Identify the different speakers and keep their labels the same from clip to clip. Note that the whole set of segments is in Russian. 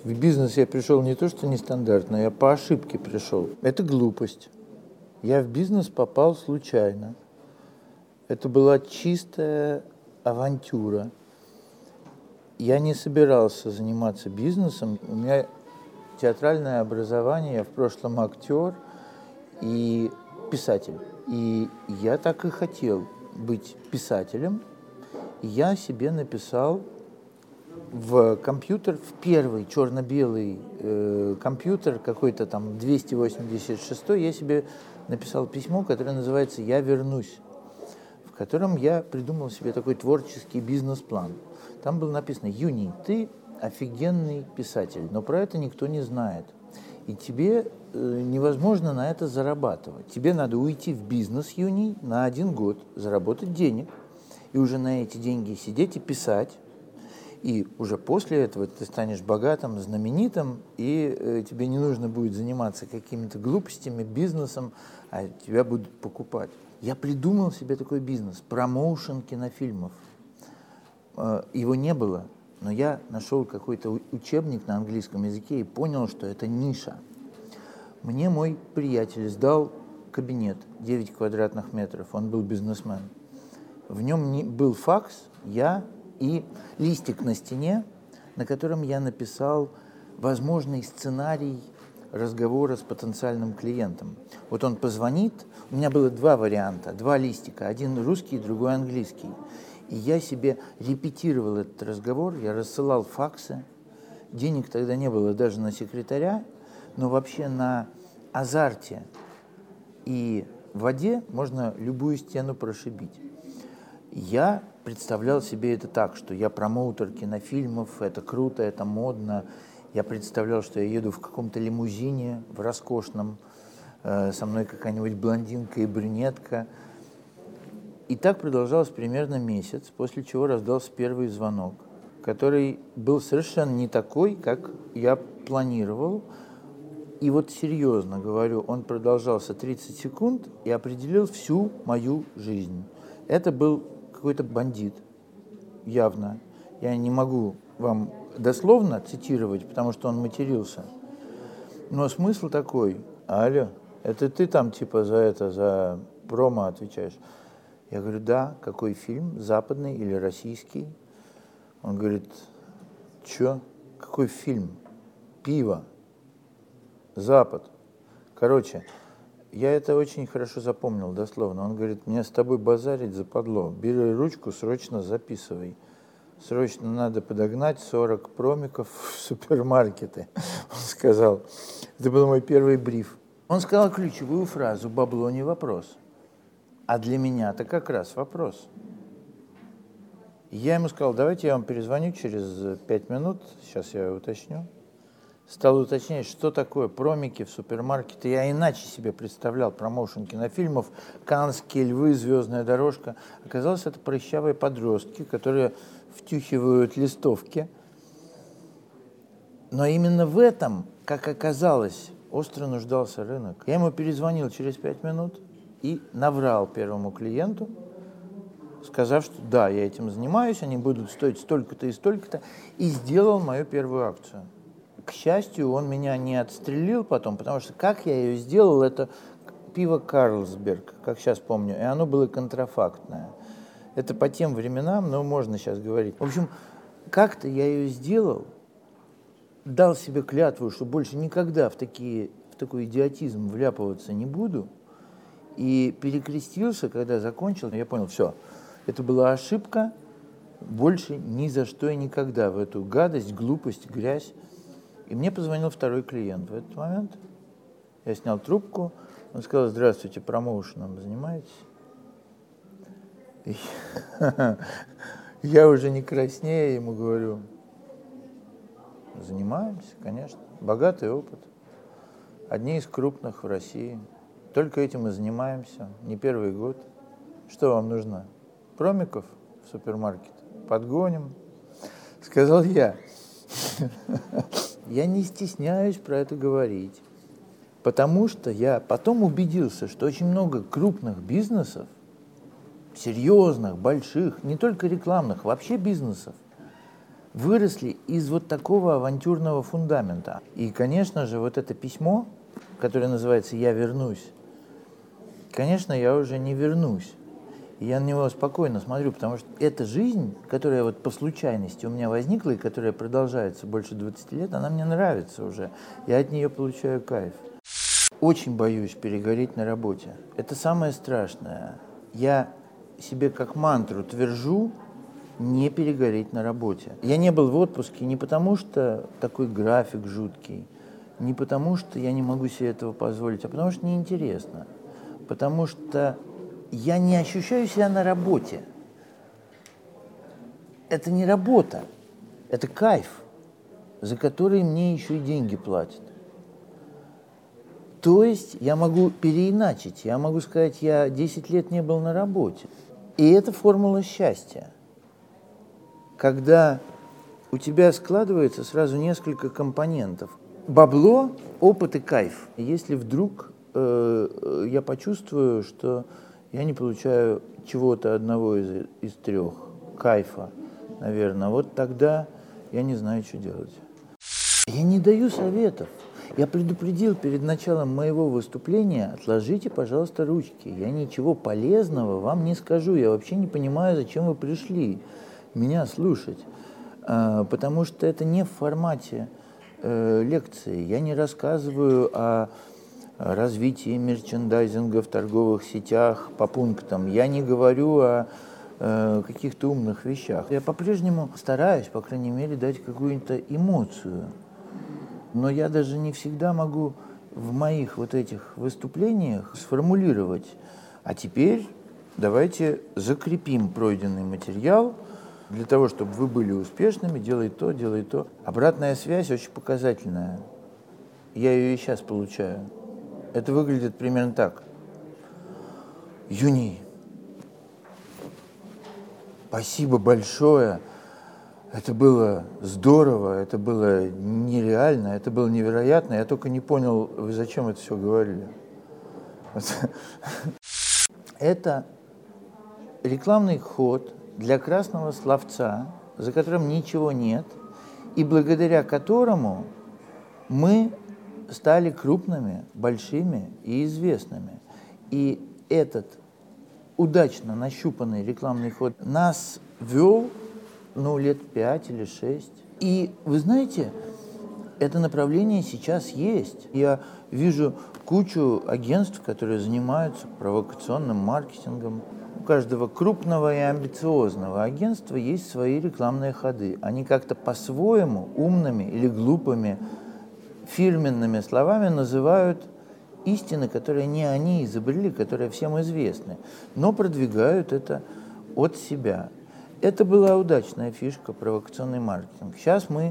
Speaker 1: В бизнес я пришел не то, что нестандартно, я по ошибке пришел. Это глупость. Я в бизнес попал случайно. Это была чистая авантюра. Я не собирался заниматься бизнесом. У меня театральное образование, я в прошлом актер и писатель. И я так и хотел быть писателем. И я себе написал в компьютер, в первый черно-белый компьютер, какой-то там 286, я себе написал письмо, которое называется «Я вернусь», в котором я придумал себе такой творческий бизнес-план. Там было написано: «Юний, ты офигенный писатель, но про это никто не знает. И тебе невозможно на это зарабатывать. Тебе надо уйти в бизнес, Юний, на 1 год, заработать денег, и уже на эти деньги сидеть и писать. И уже после этого ты станешь богатым, знаменитым, и тебе не нужно будет заниматься какими-то глупостями, бизнесом, а тебя будут покупать». Я придумал себе такой бизнес, промоушен кинофильмов. Его не было, но я нашел какой-то учебник на английском языке и понял, что это ниша. Мне мой приятель сдал кабинет 9 квадратных метров, он был бизнесмен. В нем был факс, я и листик на стене, на котором я написал возможный сценарий разговора с потенциальным клиентом. Вот он позвонит, у меня было 2 варианта, 2 листика, один русский, другой английский. И я себе репетировал этот разговор, я рассылал факсы. Денег тогда не было даже на секретаря, но вообще на азарте и воде можно любую стену прошибить. Я представлял себе это так, что я промоутер кинофильмов, это круто, это модно. Я представлял, что я еду в каком-то лимузине, в роскошном, со мной какая-нибудь блондинка и брюнетка. И так продолжалось примерно месяц, после чего раздался первый звонок, который был совершенно не такой, как я планировал. И вот серьезно говорю, он продолжался 30 секунд и определил всю мою жизнь. Это был какой-то бандит, явно. Я не могу вам дословно цитировать, потому что он матерился. Но смысл такой: алло, это ты там типа за промо отвечаешь? Я говорю: да. Какой фильм? Западный или российский? Он говорит: чё? Какой фильм? Пиво. Запад. Короче, я это очень хорошо запомнил, дословно. Он говорит: мне с тобой базарить западло. Бери ручку, срочно записывай. Срочно надо подогнать 40 промиков в супермаркеты. Он сказал. Это был мой первый бриф. Он сказал ключевую фразу: бабло не вопрос. А для меня это как раз вопрос. Я ему сказал: давайте я вам перезвоню через 5 минут, сейчас я уточню. Стал уточнять, что такое промики в супермаркете. Я иначе себе представлял промоушен кинофильмов, «Каннские львы», «Звездная дорожка». Оказалось, это прыщавые подростки, которые втюхивают листовки. Но именно в этом, как оказалось, остро нуждался рынок. Я ему перезвонил через 5 минут и наврал первому клиенту, сказав, что да, я этим занимаюсь, они будут стоить столько-то и столько-то, и сделал мою первую акцию. К счастью, он меня не отстрелил потом, потому что как я ее сделал, это пиво «Карлсберг», как сейчас помню, и оно было контрафактное. Это по тем временам, но можно сейчас говорить. В общем, как-то я ее сделал, дал себе клятву, что больше никогда в такой идиотизм вляпываться не буду, и перекрестился, когда закончил, я понял: все, это была ошибка, больше ни за что и никогда в эту гадость, глупость, грязь. И мне позвонил второй клиент в этот момент. Я снял трубку, он сказал: здравствуйте, промоушеном занимаетесь? И я уже не краснея ему говорю: занимаемся, конечно, богатый опыт, одни из крупных в России, только этим и занимаемся, не первый год. Что вам нужно? Промиков в супермаркет? Подгоним, сказал я. Я не стесняюсь про это говорить, потому что я потом убедился, что очень много крупных бизнесов, серьезных, больших, не только рекламных, вообще бизнесов, выросли из вот такого авантюрного фундамента. И, конечно же, вот это письмо, которое называется «Я вернусь», конечно, я уже не вернусь. И я на него спокойно смотрю, потому что эта жизнь, которая вот по случайности у меня возникла и которая продолжается больше 20 лет, она мне нравится уже. Я от нее получаю кайф. Очень боюсь перегореть на работе. Это самое страшное. Я себе как мантру твержу не перегореть на работе. Я не был в отпуске не потому, что такой график жуткий, не потому, что я не могу себе этого позволить, а потому что неинтересно. Потому что я не ощущаю себя на работе. Это не работа, это кайф, за который мне еще и деньги платят. То есть я могу переиначить, я могу сказать, я 10 лет не был на работе. И это формула счастья. Когда у тебя складывается сразу несколько компонентов. Бабло, опыт и кайф. Если вдруг я почувствую, что я не получаю чего-то одного из трех, кайфа, наверное, вот тогда я не знаю, что делать. Я не даю советов. Я предупредил перед началом моего выступления, отложите, пожалуйста, ручки. Я ничего полезного вам не скажу. Я вообще не понимаю, зачем вы пришли меня слушать. Потому что это не в формате лекции. Я не рассказываю о развитии мерчендайзинга в торговых сетях по пунктам. Я не говорю о каких-то умных вещах. Я по-прежнему стараюсь, по крайней мере, дать какую-то эмоцию. Но я даже не всегда могу в моих вот этих выступлениях сформулировать. А теперь давайте закрепим пройденный материал для того, чтобы вы были успешными, делай то, делай то. Обратная связь очень показательная. Я ее и сейчас получаю. Это выглядит примерно так. Юний, спасибо большое. Это было здорово, это было нереально, это было невероятно. Я только не понял, вы зачем это все говорили. Это рекламный ход для красного словца, за которым ничего нет, и благодаря которому мы стали крупными, большими и известными. И этот удачно нащупанный рекламный ход нас вел, лет 5 или 6. И вы знаете, это направление сейчас есть. Я вижу кучу агентств, которые занимаются провокационным маркетингом. У каждого крупного и амбициозного агентства есть свои рекламные ходы. Они как-то по-своему умными или глупыми фирменными словами называют истины, которые не они изобрели, которые всем известны, но продвигают это от себя. Это была удачная фишка, провокационный маркетинг. Сейчас мы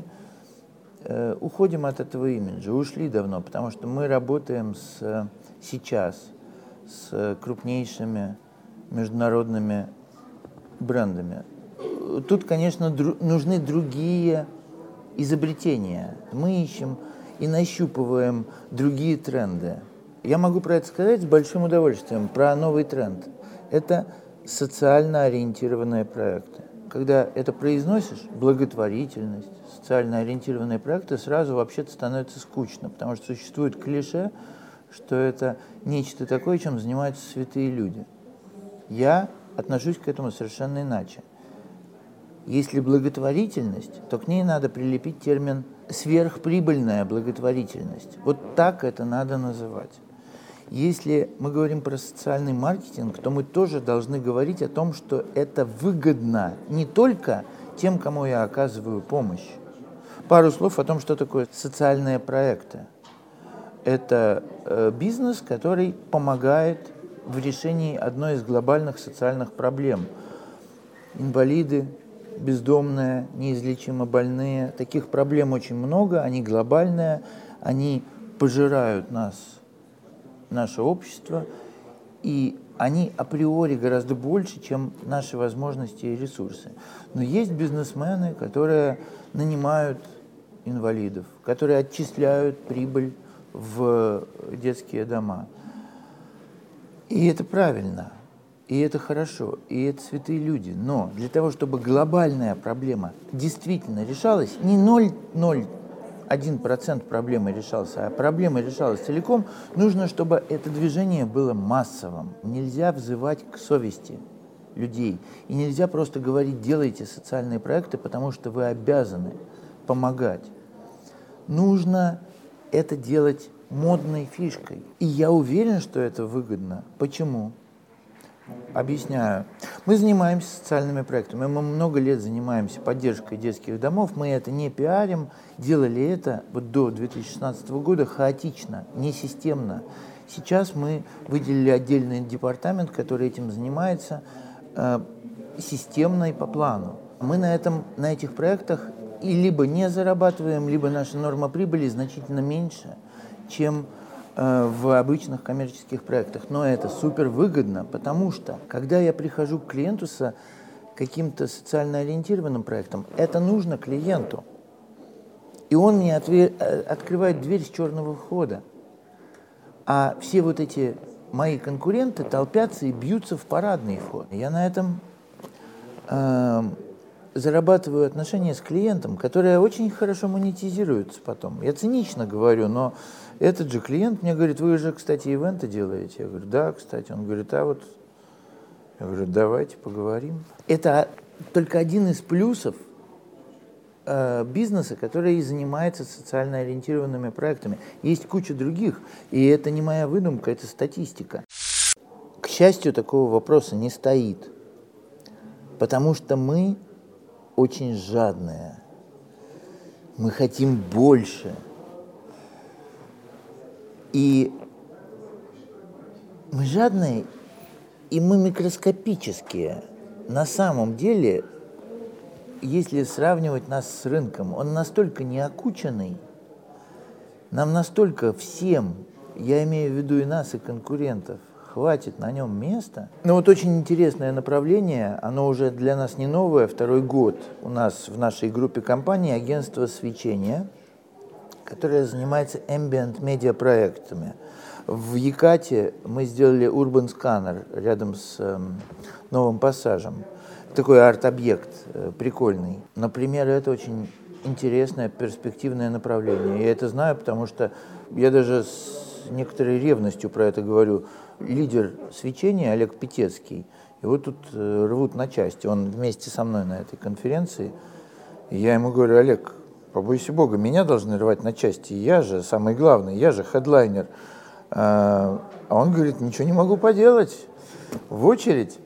Speaker 1: уходим от этого имиджа, ушли давно, потому что мы работаем сейчас с крупнейшими международными брендами. Тут, конечно, нужны другие изобретения. Мы ищем и нащупываем другие тренды. Я могу про это сказать с большим удовольствием, про новый тренд. Это социально ориентированные проекты. Когда это произносишь, благотворительность, социально ориентированные проекты, сразу вообще-то становится скучно, потому что существует клише, что это нечто такое, чем занимаются святые люди. Я отношусь к этому совершенно иначе. Если благотворительность, то к ней надо прилепить термин «сверхприбыльная благотворительность». Вот так это надо называть. Если мы говорим про социальный маркетинг, то мы тоже должны говорить о том, что это выгодно не только тем, кому я оказываю помощь. Пару слов о том, что такое социальные проекты. Это бизнес, который помогает в решении одной из глобальных социальных проблем. Инвалиды, бездомные, неизлечимо больные. Таких проблем очень много, они глобальные, они пожирают нас, наше общество, и они априори гораздо больше, чем наши возможности и ресурсы. Но есть бизнесмены, которые нанимают инвалидов, которые отчисляют прибыль в детские дома. И это правильно. И это хорошо, и это святые люди. Но для того, чтобы глобальная проблема действительно решалась, не 0,01% проблемы решался, а проблема решалась целиком, нужно, чтобы это движение было массовым. Нельзя взывать к совести людей. И нельзя просто говорить: делайте социальные проекты, потому что вы обязаны помогать. Нужно это делать модной фишкой. И я уверен, что это выгодно. Почему? Объясняю. Мы занимаемся социальными проектами. Мы много лет занимаемся поддержкой детских домов. Мы это не пиарим. Делали это вот до 2016 года хаотично, несистемно. Сейчас мы выделили отдельный департамент, который этим занимается системно и по плану. Мы на этих проектах и либо не зарабатываем, либо наша норма прибыли значительно меньше, чем в обычных коммерческих проектах. Но это супер выгодно, потому что, когда я прихожу к клиенту с каким-то социально ориентированным проектом, это нужно клиенту. И он мне открывает дверь с черного входа. А все вот эти мои конкуренты толпятся и бьются в парадный вход. Я на этом зарабатываю отношения с клиентом, которые очень хорошо монетизируются потом. Я цинично говорю, но этот же клиент мне говорит: вы же, кстати, ивенты делаете? Я говорю: да, кстати. Он говорит: а вот... Я говорю: давайте поговорим. Это только один из плюсов бизнеса, который занимается социально ориентированными проектами. Есть куча других, и это не моя выдумка, это статистика. К счастью, такого вопроса не стоит, потому что мы очень жадные. Мы хотим больше. И мы жадные, и мы микроскопические. На самом деле, если сравнивать нас с рынком, он настолько неокученный, нам настолько всем, я имею в виду и нас, и конкурентов, хватит на нем места. Но вот очень интересное направление, оно уже для нас не новое, второй год у нас в нашей группе компаний агентство свечения, которое занимается ambient медиа проектами. В Екате мы сделали Urban Scanner рядом с Новым Пассажем. Такой арт-объект прикольный. Например, это очень интересное, перспективное направление. Я это знаю, потому что я даже с некоторой ревностью про это говорю. Лидер свечения Олег Петецкий, его тут рвут на части. Он вместе со мной на этой конференции. И я ему говорю: Олег, побойся Бога, меня должны рвать на части. Я же самый главный, я же хедлайнер. А он говорит: ничего не могу поделать. В очередь.